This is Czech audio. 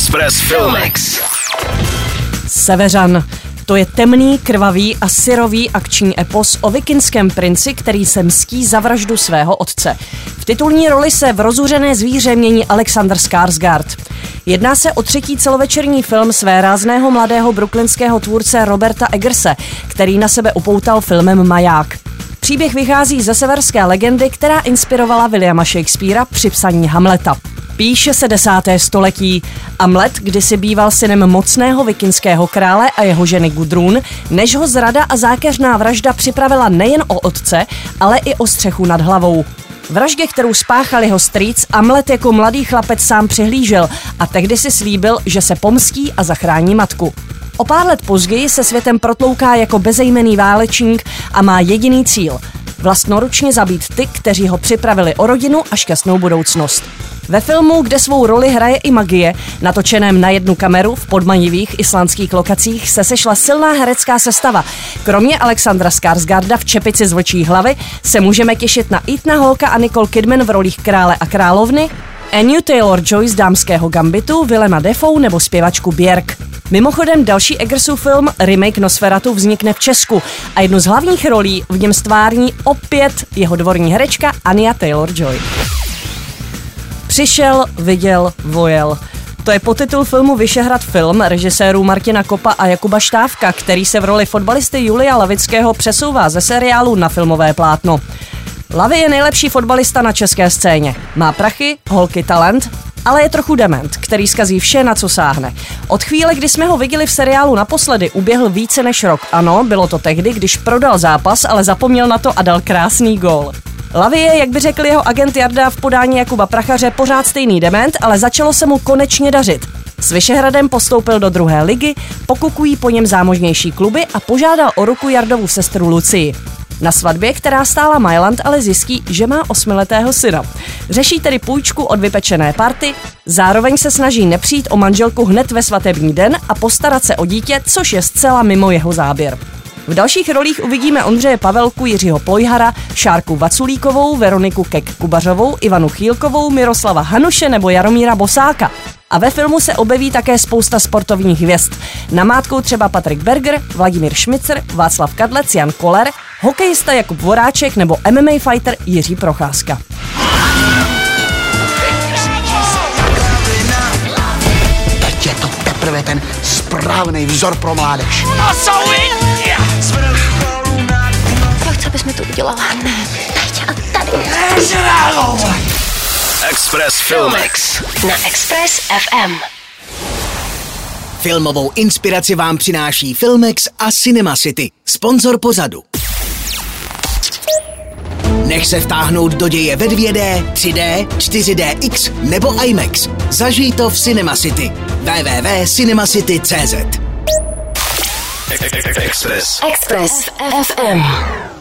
Express Filmex. Severan. To je temný, krvavý a syrový akční epos o vikingském princi, který se mstí za vraždu svého otce. V titulní roli se v rozuřené zvíře mění Alexander Skarsgård. Jedná se o třetí celovečerní film svérázného mladého brooklynského tvůrce Roberta Eggerse, který na sebe upoutal filmem Maják. Příběh vychází ze severské legendy, která inspirovala Williama Shakespearea při psaní Hamleta. Píše se 10. století. Hamlet kdysi býval synem mocného vikingského krále a jeho ženy Gudrun, než ho zrada a zákeřná vražda připravila nejen o otce, ale i o střechu nad hlavou. Vraždě, kterou spáchal jeho strýc, Hamlet jako mladý chlapec sám přihlížel a tehdy si slíbil, že se pomstí a zachrání matku. O pár let později se světem protlouká jako bezejmenný válečník a má jediný cíl – vlastnoručně zabít ty, kteří ho připravili o rodinu a šťastnou budoucnost. Ve filmu, kde svou roli hraje i magie, natočeném na jednu kameru v podmanivých islandských lokacích, se sešla silná herecká sestava. Kromě Alexandra Skarsgårda v čepici z vlčí hlavy se můžeme těšit na Ethana Hawkea a Nicole Kidman v rolích krále a královny, Anya Taylor-Joy z Dámského gambitu, Willema Dafoe nebo zpěvačku Björk. Mimochodem další Eggersův film, remake Nosferatu, vznikne v Česku a jednu z hlavních rolí v něm stvární opět jeho dvorní herečka Anya Taylor-Joy. Přišel, viděl, vojel. To je podtitul filmu Vyšehrad film režisérů Martina Kopa a Jakuba Štávka, který se v roli fotbalisty Julia Lavického přesouvá ze seriálu na filmové plátno. Lavi je nejlepší fotbalista na české scéně. Má prachy, holky, talent, ale je trochu dement, který zkazí vše, na co sáhne. Od chvíle, kdy jsme ho viděli v seriálu naposledy, uběhl více než rok. Ano, bylo to tehdy, když prodal zápas, ale zapomněl na to a dal krásný gól. Lavi je, jak by řekl jeho agent Jarda v podání Jakuba Prachaře, pořád stejný dement, ale začalo se mu konečně dařit. S Vyšehradem postoupil do 2. ligy, pokukují po něm zámožnější kluby a požádal o ruku Jardovu sestru Lucii. Na svatbě, která stála Mailand, ale zjistí, že má 8letého syna. Řeší tedy půjčku od vypečené party, zároveň se snaží nepřijít o manželku hned ve svatební den a postarat se o dítě, což je zcela mimo jeho záběr. V dalších rolích uvidíme Ondřeje Pavelku, Jiřího Plojhara, Šárku Vaculíkovou, Veroniku Kek-Kubařovou, Ivanu Chýlkovou, Miroslava Hanuše nebo Jaromíra Bosáka. A ve filmu se objeví také spousta sportovních hvězd. Namátkou třeba Patrik Berger, Vladimír Šmicer, Václav Kadlec, Jan Koller, hokejista Jakub Voráček nebo MMA fighter Jiří Procházka. Teď je to teprve ten správný vzor pro mládež. Co bys mi to udělala? Ne, teď a tady. Express Filmex. Na Express FM. Filmovou inspiraci vám přináší Filmex a Cinema City, sponzor pořadu. Nech se vtáhnout do děje ve 2D, 3D, 4DX nebo IMAX. Zažij to v Cinema City. www.cinemacity.cz. Express Express FM.